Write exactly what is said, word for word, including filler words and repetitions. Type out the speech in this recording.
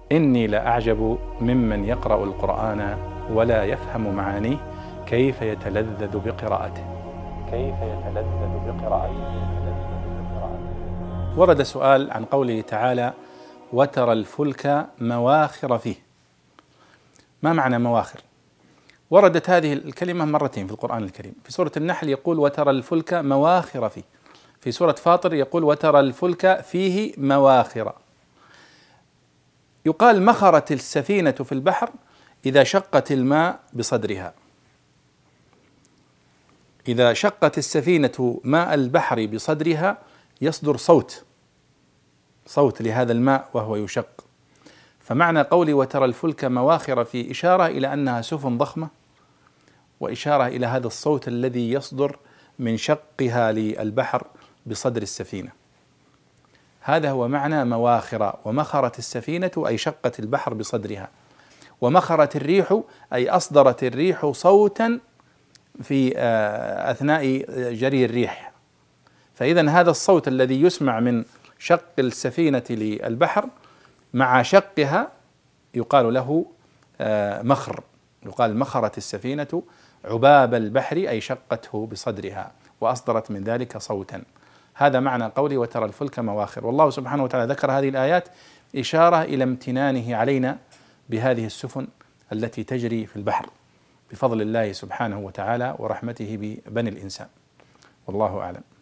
إني لأعجب ممن يقرأ القرآن ولا يفهم معانيه كيف يتلذذ بقراءته كيف يتلذذ بقراءته ورد سؤال عن قوله تعالى: وترى الفلك مواخر فيه. ما معنى مواخر؟ وردت هذه الكلمة مرتين في القرآن الكريم. في سورة النحل يقول: وترى الفلك مواخر فيه. في سورة فاطر يقول: وترى الفلك فيه مواخر. يقال مخرت السفينة في البحر إذا شقت الماء بصدرها. إذا شقت السفينة ماء البحر بصدرها يصدر صوت صوت لهذا الماء وهو يشق. فمعنى قولي وترى الفلك مواخر فيه إشارة إلى أنها سفن ضخمة، وإشارة إلى هذا الصوت الذي يصدر من شقها للبحر بصدر السفينة. هذا هو معنى مواخر. ومخرت السفينة أي شقت البحر بصدرها. ومخرت الريح أي أصدرت الريح صوتا في أثناء جري الريح. فإذا هذا الصوت الذي يسمع من شق السفينة للبحر مع شقها يقال له مخر. يقال مخرت السفينة عباب البحر أي شقته بصدرها وأصدرت من ذلك صوتا. هذا معنى قولي وترى الفلك مواخر. والله سبحانه وتعالى ذكر هذه الآيات إشارة إلى امتنانه علينا بهذه السفن التي تجري في البحر بفضل الله سبحانه وتعالى ورحمته ببني الإنسان. والله أعلم.